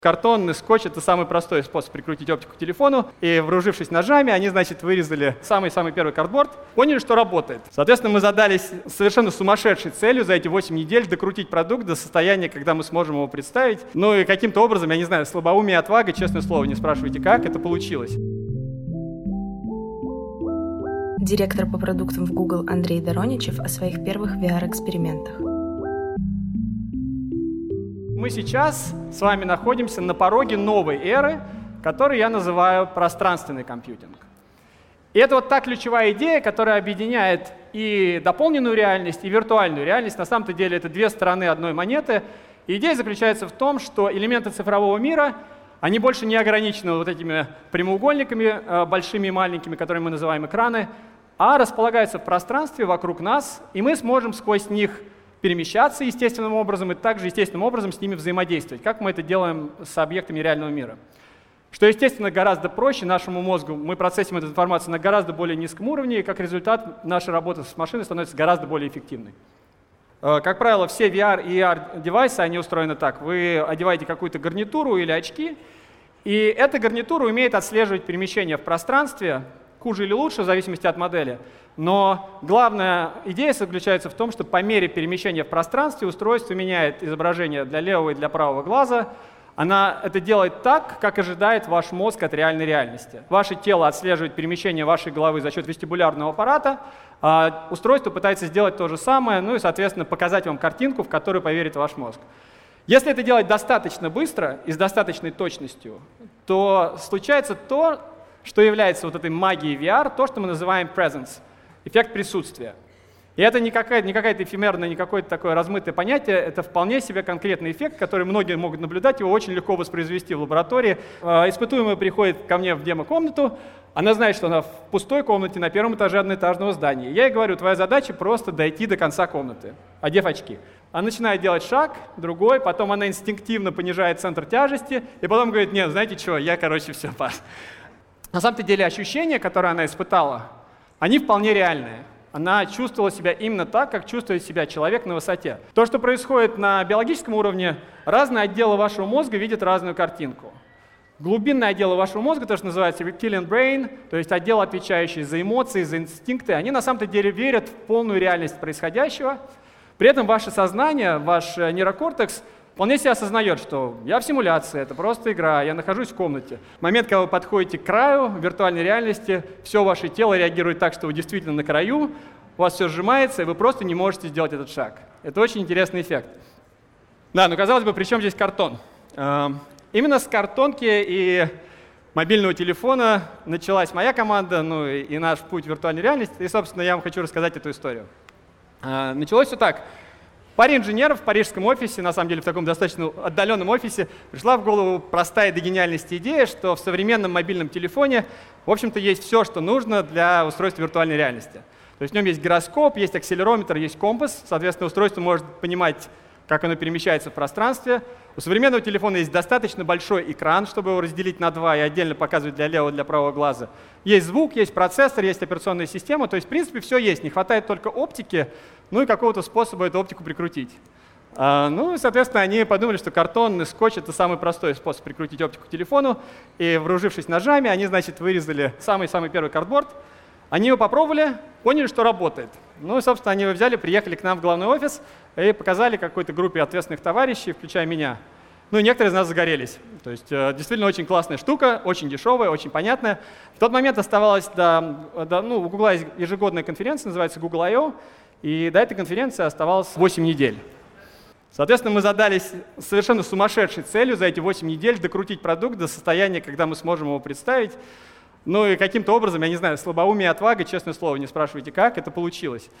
Картонный скотч — это самый простой способ прикрутить оптику к телефону. И вооружившись ножами, они, значит, вырезали самый-самый первый картборд, поняли, что работает. Соответственно, мы задались совершенно сумасшедшей целью за эти 8 недель докрутить продукт до состояния, когда мы сможем его представить. Ну и каким-то образом, я не знаю, слабоумие и отвага, честное слово, не спрашивайте, как это получилось. Директор по продуктам в Google Андрей Дороничев о своих первых VR-экспериментах. Мы сейчас с вами находимся на пороге новой эры, которую я называю пространственный компьютинг. И это вот та ключевая идея, которая объединяет и дополненную реальность, и виртуальную реальность. На самом-то деле это две стороны одной монеты. И идея заключается в том, что элементы цифрового мира, они больше не ограничены вот этими прямоугольниками, большими и маленькими, которые мы называем экраны, а располагаются в пространстве вокруг нас, и мы сможем сквозь них перемещаться естественным образом и также естественным образом с ними взаимодействовать, как мы это делаем с объектами реального мира. Что, естественно, гораздо проще нашему мозгу. Мы процессим эту информацию на гораздо более низком уровне, и как результат наша работа с машиной становится гораздо более эффективной. Как правило, все VR и AR-девайсы, они устроены так. Вы одеваете какую-то гарнитуру или очки, и эта гарнитура умеет отслеживать перемещение в пространстве, хуже или лучше, в зависимости от модели. Но главная идея заключается в том, что по мере перемещения в пространстве устройство меняет изображение для левого и для правого глаза. Она это делает так, как ожидает ваш мозг от реальной реальности. Ваше тело отслеживает перемещение вашей головы за счет вестибулярного аппарата, а устройство пытается сделать то же самое, ну и, соответственно, показать вам картинку, в которую поверит ваш мозг. Если это делать достаточно быстро и с достаточной точностью, то случается то, что является вот этой магией VR, то, что мы называем presence. Эффект присутствия. И это не какая-то эфемерная, не какое-то такое размытое понятие, это вполне себе конкретный эффект, который многие могут наблюдать, его очень легко воспроизвести в лаборатории. Испытуемая приходит ко мне в демо-комнату, она знает, что она в пустой комнате на первом этаже одноэтажного здания. Я ей говорю, твоя задача просто дойти до конца комнаты, одев очки. Она начинает делать шаг, другой, потом она инстинктивно понижает центр тяжести, и потом говорит, нет, знаете что, я, все, пас. На самом-то деле ощущения, которые она испытала, они вполне реальные. Она чувствовала себя именно так, как чувствует себя человек на высоте. То, что происходит на биологическом уровне, разные отделы вашего мозга видят разную картинку. Глубинные отделы вашего мозга, то, что называется reptilian brain, то есть отдел, отвечающий за эмоции, за инстинкты, они на самом-то деле верят в полную реальность происходящего. При этом ваше сознание, ваш нейрокортекс вполне себе осознает, что я в симуляции, это просто игра, я нахожусь в комнате. В момент, когда вы подходите к краю виртуальной реальности, все ваше тело реагирует так, что вы действительно на краю, у вас все сжимается, и вы просто не можете сделать этот шаг. Это очень интересный эффект. Да, ну казалось бы, при чем здесь картон? Именно с картонки и мобильного телефона началась моя команда, ну и наш путь в виртуальной реальности, и, собственно, я вам хочу рассказать эту историю. Началось все так. Паре инженеров в парижском офисе, на самом деле в таком достаточно отдаленном офисе, пришла в голову простая до гениальности идея, что в современном мобильном телефоне, в общем-то, есть все, что нужно для устройства виртуальной реальности. То есть в нем есть гироскоп, есть акселерометр, есть компас, соответственно, устройство может понимать, как оно перемещается в пространстве. У современного телефона есть достаточно большой экран, чтобы его разделить на два и отдельно показывать для левого и для правого глаза. Есть звук, есть процессор, есть операционная система. То есть, в принципе, все есть. Не хватает только оптики, ну и какого-то способа эту оптику прикрутить. Ну и, соответственно, они подумали, что картонный скотч — это самый простой способ прикрутить оптику к телефону. И, вооружившись ножами, они, значит, вырезали самый-самый первый картборд. Они его попробовали, поняли, что работает. Ну и, собственно, они его взяли, приехали к нам в главный офис и показали какой-то группе ответственных товарищей, включая меня. Ну и некоторые из нас загорелись. То есть действительно очень классная штука, очень дешевая, очень понятная. В тот момент оставалось у Google есть ежегодная конференция, называется Google I/O, и до этой конференции оставалось 8 недель. Соответственно, мы задались совершенно сумасшедшей целью за эти 8 недель докрутить продукт до состояния, когда мы сможем его представить. Ну и каким-то образом, я не знаю, слабоумие и отвага, честное слово, не спрашивайте как, это получилось.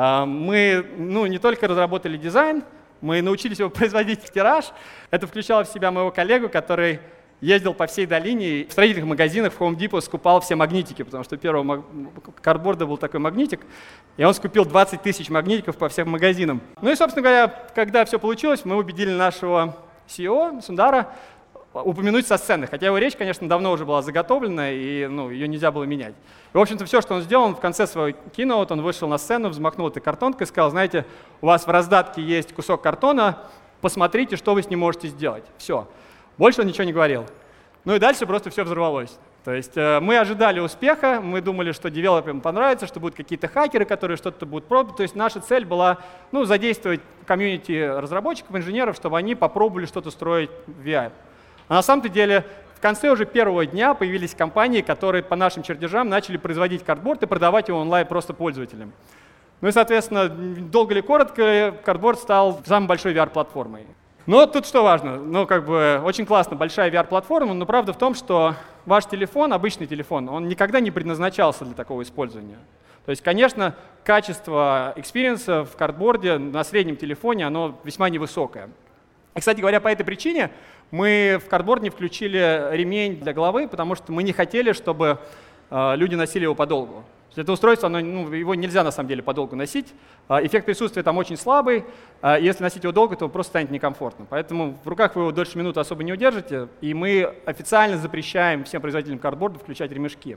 Мы не только разработали дизайн, мы научились его производить в тираж. Это включало в себя моего коллегу, который ездил по всей долине и в строительных магазинах в Home Depot скупал все магнитики, потому что у первого картборда был такой магнитик, и он скупил 20 тысяч магнитиков по всем магазинам. Ну и, собственно говоря, когда все получилось, мы убедили нашего CEO, Сундара, упомянуть со сцены. Хотя его речь, конечно, давно уже была заготовлена, и ее нельзя было менять. И, в общем-то, все, что он сделал, в конце своего keynote он вышел на сцену, взмахнул этой картонкой и сказал, знаете, у вас в раздатке есть кусок картона, посмотрите, что вы с ним можете сделать. Все. Больше он ничего не говорил. Ну и дальше просто все взорвалось. То есть мы ожидали успеха, мы думали, что девелоперам понравится, что будут какие-то хакеры, которые что-то будут пробовать. То есть наша цель была задействовать комьюнити разработчиков, инженеров, чтобы они попробовали что-то строить в VR. А на самом-то деле в конце уже первого дня появились компании, которые по нашим чертежам начали производить картборд и продавать его онлайн просто пользователям. Ну и, соответственно, долго или коротко, картборд стал самой большой VR-платформой. Но тут что важно, очень классно, большая VR-платформа, но правда в том, что ваш телефон, обычный телефон, он никогда не предназначался для такого использования. То есть, конечно, качество экспириенса в картборде на среднем телефоне, оно весьма невысокое. И, кстати говоря, по этой причине мы в картборд не включили ремень для головы, потому что мы не хотели, чтобы люди носили его подолгу. Это устройство, его нельзя на самом деле подолгу носить. Эффект присутствия там очень слабый. Если носить его долго, то просто станет некомфортно. Поэтому в руках вы его дольше минуты особо не удержите. И мы официально запрещаем всем производителям картборда включать ремешки.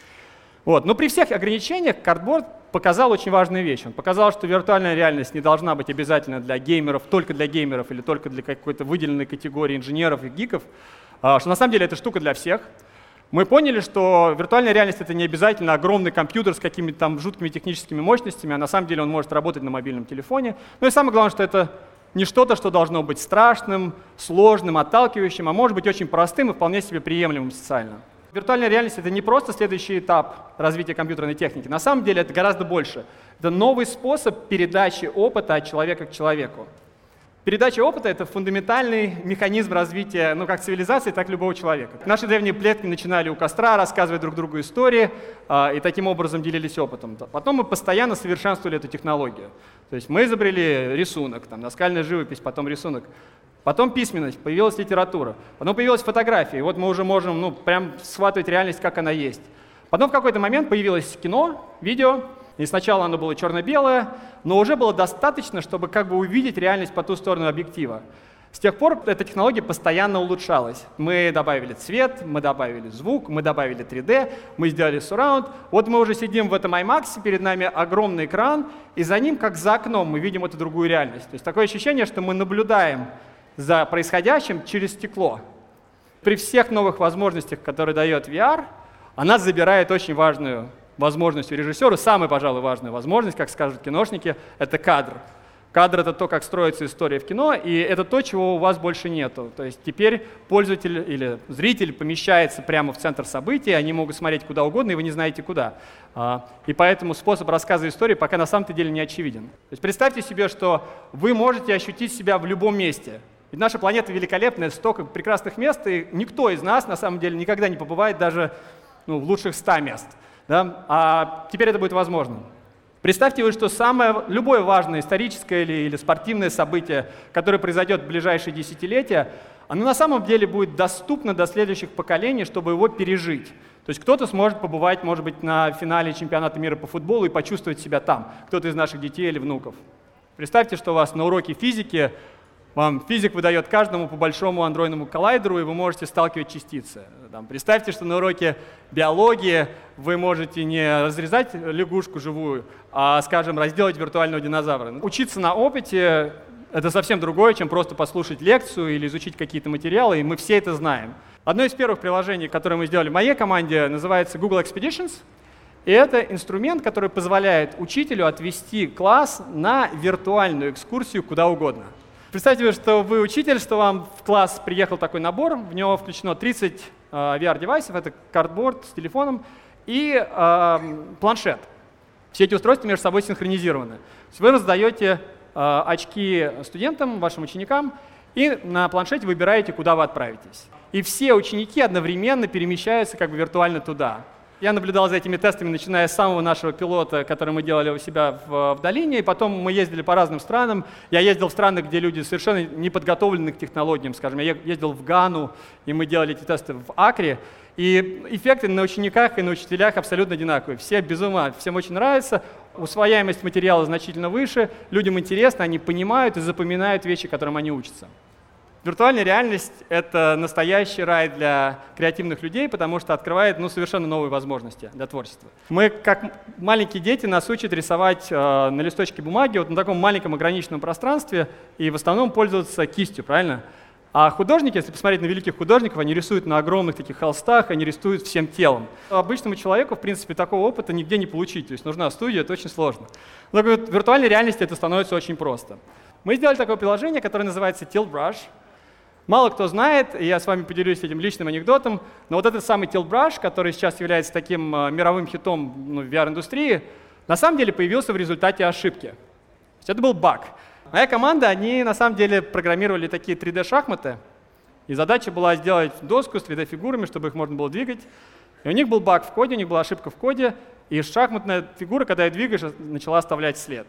Но при всех ограничениях картборд показал очень важную вещь. Он показал, что виртуальная реальность не должна быть обязательно для геймеров, только для геймеров или только для какой-то выделенной категории инженеров и гиков. Что на самом деле эта штука для всех. Мы поняли, что виртуальная реальность — это не обязательно огромный компьютер с какими-то там жуткими техническими мощностями, а на самом деле он может работать на мобильном телефоне. Ну и самое главное, что это не что-то, что должно быть страшным, сложным, отталкивающим, а может быть очень простым и вполне себе приемлемым социально. Виртуальная реальность — это не просто следующий этап развития компьютерной техники. На самом деле это гораздо больше. Это новый способ передачи опыта от человека к человеку. Передача опыта — это фундаментальный механизм развития как цивилизации, так и любого человека. Наши древние предки начинали у костра, рассказывать друг другу истории и таким образом делились опытом. Потом мы постоянно совершенствовали эту технологию. То есть мы изобрели рисунок, наскальная живопись, потом рисунок. Потом письменность, появилась литература. Потом появилась фотография. И вот мы уже можем прям схватывать реальность, как она есть. Потом в какой-то момент появилось кино, видео. И сначала оно было черно-белое, но уже было достаточно, чтобы увидеть реальность по ту сторону объектива. С тех пор эта технология постоянно улучшалась. Мы добавили цвет, мы добавили звук, мы добавили 3D, мы сделали surround. Вот мы уже сидим в этом IMAX, перед нами огромный экран, и за ним, как за окном, мы видим эту другую реальность. То есть такое ощущение, что мы наблюдаем за происходящим через стекло. При всех новых возможностях, которые дает VR, она забирает очень важную возможность у режиссера, самая, пожалуй, важная возможность, как скажут киношники, это кадр. Кадр — это то, как строится история в кино, и это то, чего у вас больше нету. То есть теперь пользователь или зритель помещается прямо в центр события, они могут смотреть куда угодно, и вы не знаете куда. И поэтому способ рассказа истории пока на самом-то деле не очевиден. То есть представьте себе, что вы можете ощутить себя в любом месте. Ведь наша планета великолепная, столько прекрасных мест, и никто из нас на самом деле никогда не побывает даже в лучших 100 мест. Да? А теперь это будет возможно. Представьте вы, что любое важное историческое или спортивное событие, которое произойдет в ближайшие десятилетия, оно на самом деле будет доступно до следующих поколений, чтобы его пережить. То есть кто-то сможет побывать, может быть, на финале чемпионата мира по футболу и почувствовать себя там, кто-то из наших детей или внуков. Представьте, что у вас на уроке физики вам физик выдает каждому по большому андроидному коллайдеру, и вы можете сталкивать частицы. Представьте, что на уроке биологии вы можете не разрезать лягушку живую, а, скажем, разделать виртуального динозавра. Учиться на опыте — это совсем другое, чем просто послушать лекцию или изучить какие-то материалы, и мы все это знаем. Одно из первых приложений, которое мы сделали в моей команде, называется Google Expeditions. И это инструмент, который позволяет учителю отвести класс на виртуальную экскурсию куда угодно. Представьте, что вы учитель, что вам в класс приехал такой набор, в него включено 30 VR-девайсов, это картборд с телефоном и планшет. Все эти устройства между собой синхронизированы. То есть вы раздаете очки студентам, вашим ученикам, и на планшете выбираете, куда вы отправитесь. И все ученики одновременно перемещаются виртуально туда. Я наблюдал за этими тестами, начиная с самого нашего пилота, который мы делали у себя в долине, и потом мы ездили по разным странам. Я ездил в страны, где люди совершенно не подготовлены к технологиям, скажем. Я ездил в Гану, и мы делали эти тесты в Акре. И эффекты на учениках и на учителях абсолютно одинаковые. Все без ума, всем очень нравится. Усвояемость материала значительно выше, людям интересно, они понимают и запоминают вещи, которым они учатся. Виртуальная реальность — это настоящий рай для креативных людей, потому что открывает совершенно новые возможности для творчества. Мы, как маленькие дети, нас учат рисовать на листочке бумаги, на таком маленьком ограниченном пространстве, и в основном пользоваться кистью, правильно? А художники, если посмотреть на великих художников, они рисуют на огромных таких холстах, они рисуют всем телом. Обычному человеку, в принципе, такого опыта нигде не получить. То есть нужна студия, это очень сложно. Но в виртуальной реальности это становится очень просто. Мы сделали такое приложение, которое называется Tilt Brush. Мало кто знает, и я с вами поделюсь этим личным анекдотом, но вот этот самый Tilt Brush, который сейчас является таким мировым хитом в VR-индустрии, на самом деле появился в результате ошибки. То есть это был баг. Моя команда, они на самом деле программировали такие 3D-шахматы, и задача была сделать доску с 3D-фигурами, чтобы их можно было двигать. И у них был баг в коде, у них была ошибка в коде, и шахматная фигура, когда ее двигаешь, начала оставлять след.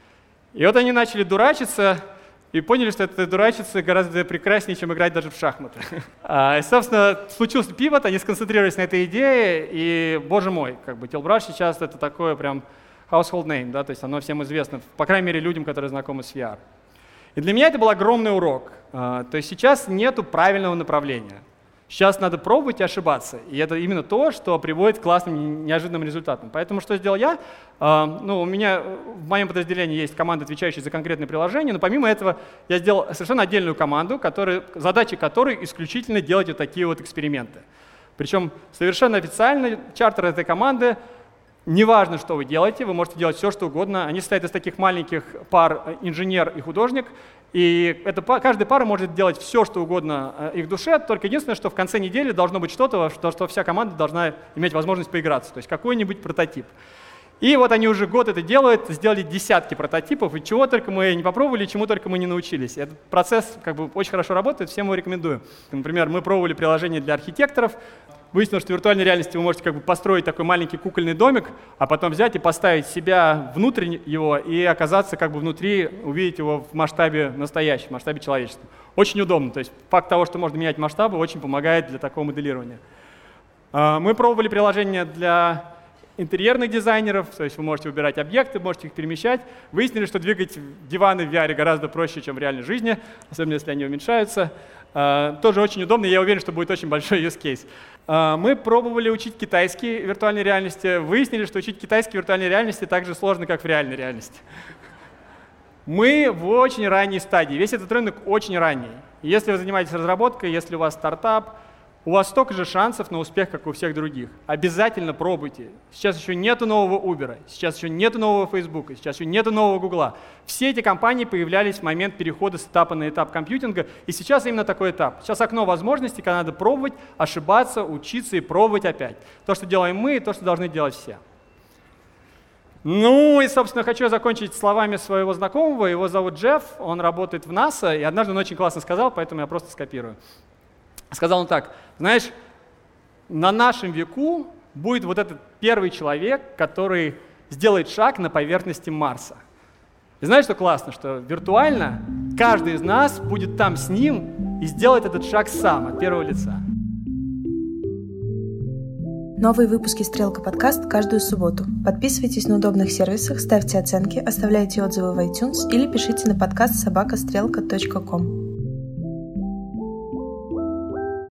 И вот они начали дурачиться, и поняли, что это дурачиться гораздо прекраснее, чем играть даже в шахматы. И, собственно, случился пивот, они сконцентрировались на этой идее, и, боже мой, Tilt Brush сейчас это такое прям household name, да, то есть оно всем известно, по крайней мере, людям, которые знакомы с VR. И для меня это был огромный урок. То есть сейчас нету правильного направления. Сейчас надо пробовать и ошибаться. И это именно то, что приводит к классным, неожиданным результатам. Поэтому что сделал я? У меня в моем подразделении есть команда, отвечающая за конкретное приложение, но помимо этого я сделал совершенно отдельную команду, задача которой исключительно делать вот такие вот эксперименты. Причем совершенно официально чартер этой команды, неважно, что вы делаете, вы можете делать все, что угодно. Они состоят из таких маленьких пар инженер и художник. И каждая пара может делать все, что угодно их душе, только единственное, что в конце недели должно быть что-то, что вся команда должна иметь возможность поиграться, то есть какой-нибудь прототип. И вот они уже год это делают, сделали десятки прототипов, и чего только мы не попробовали, чему только мы не научились. Этот процесс очень хорошо работает, всем его рекомендую. Например, мы пробовали приложение для архитекторов. Выяснилось, что в виртуальной реальности вы можете построить такой маленький кукольный домик, а потом взять и поставить себя внутрь его и оказаться внутри, увидеть его в масштабе настоящем, в масштабе человечества. Очень удобно. То есть факт того, что можно менять масштабы, очень помогает для такого моделирования. Мы пробовали приложение для интерьерных дизайнеров, то есть вы можете выбирать объекты, можете их перемещать. Выяснили, что двигать диваны в VR гораздо проще, чем в реальной жизни, особенно если они уменьшаются. Тоже очень удобно, и я уверен, что будет очень большой use case. Мы пробовали учить китайский в виртуальной реальности. Выяснили, что учить китайский в виртуальной реальности так же сложно, как в реальной реальности. Мы в очень ранней стадии. Весь этот рынок очень ранний. Если вы занимаетесь разработкой, если у вас стартап, у вас столько же шансов на успех, как у всех других. Обязательно пробуйте. Сейчас еще нету нового Uber, сейчас еще нету нового Facebook, сейчас еще нету нового Google. Все эти компании появлялись в момент перехода с этапа на этап компьютинга, и сейчас именно такой этап. Сейчас окно возможностей, когда надо пробовать, ошибаться, учиться и пробовать опять. То, что делаем мы, и то, что должны делать все. Ну и, собственно, хочу закончить словами своего знакомого. Его зовут Джефф, он работает в НАСА, и однажды он очень классно сказал, поэтому я просто скопирую. Сказал он так: знаешь, на нашем веку будет вот этот первый человек, который сделает шаг на поверхности Марса. И знаешь, что классно? Что виртуально каждый из нас будет там с ним и сделает этот шаг сам, от первого лица. Новые выпуски «Стрелка подкаст» каждую субботу. Подписывайтесь на удобных сервисах, ставьте оценки, оставляйте отзывы в iTunes или пишите на подкаст @strelka.com.